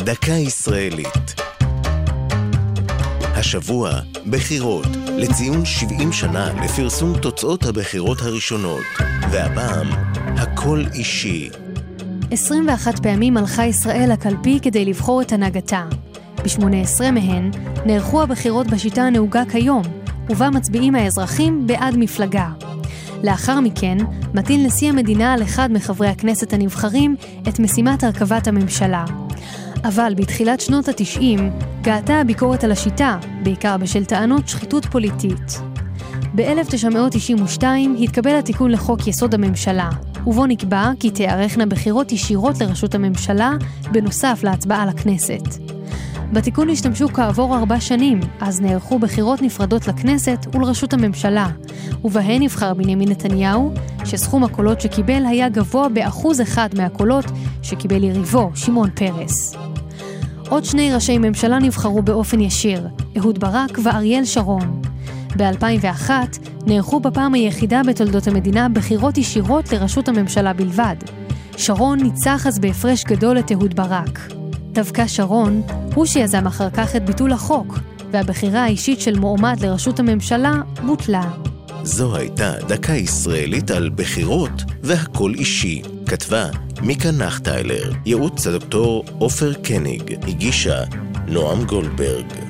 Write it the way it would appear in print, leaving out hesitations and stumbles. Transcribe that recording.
דקה ישראלית. השבוע בחירות, לציון 70 שנה לפרסום תוצאות הבחירות הראשונות, והפעם הכל אישי. 21 פעמים הלכה ישראל לקלפי כדי לבחור את הנהגתה. ב-18 מהן נערכו הבחירות בשיטה הנהוגה כיום, ובה מצביעים האזרחים בעד מפלגה. לאחר מכן מטיל נשיא המדינה על אחד מחברי הכנסת הנבחרים את משימת הרכבת הממשלה. אבל בתחילת שנות ה-90 גאתה הביקורת על השיטה, בעיקר בשל טענות שחיתות פוליטית. ב-1992 התקבל התיקון לחוק יסוד הממשלה, ובו נקבע כי תיערכנה בחירות ישירות לראשות הממשלה בנוסף להצבעה לכנסת. בתיקון השתמשו כעבור 4 שנים, אז נערכו בחירות נפרדות לכנסת ולראשות הממשלה, ובהן נבחר בנימין נתניהו, שסכום הקולות שקיבל היה גבוה ב1% מהקולות שקיבל יריבו, שמעון פרס. עוד 2 ראשי ממשלה נבחרו באופן ישיר, אהוד ברק ואריאל שרון. ב-2001 נערכו בפעם היחידה בתולדות המדינה בחירות ישירות לראשות הממשלה בלבד. שרון ניצח אז בהפרש גדול את אהוד ברק. דווקא שרון הוא שיזם אחר כך את ביטול החוק, והבחירה האישית של מועמד לראשות הממשלה בוטלה. זו הייתה דקה ישראלית על בחירות והכל אישי. כתבה מיקה נחטיילר, ייעוץ הדוקטור עופר קניג, הגישה נועם גולדברג.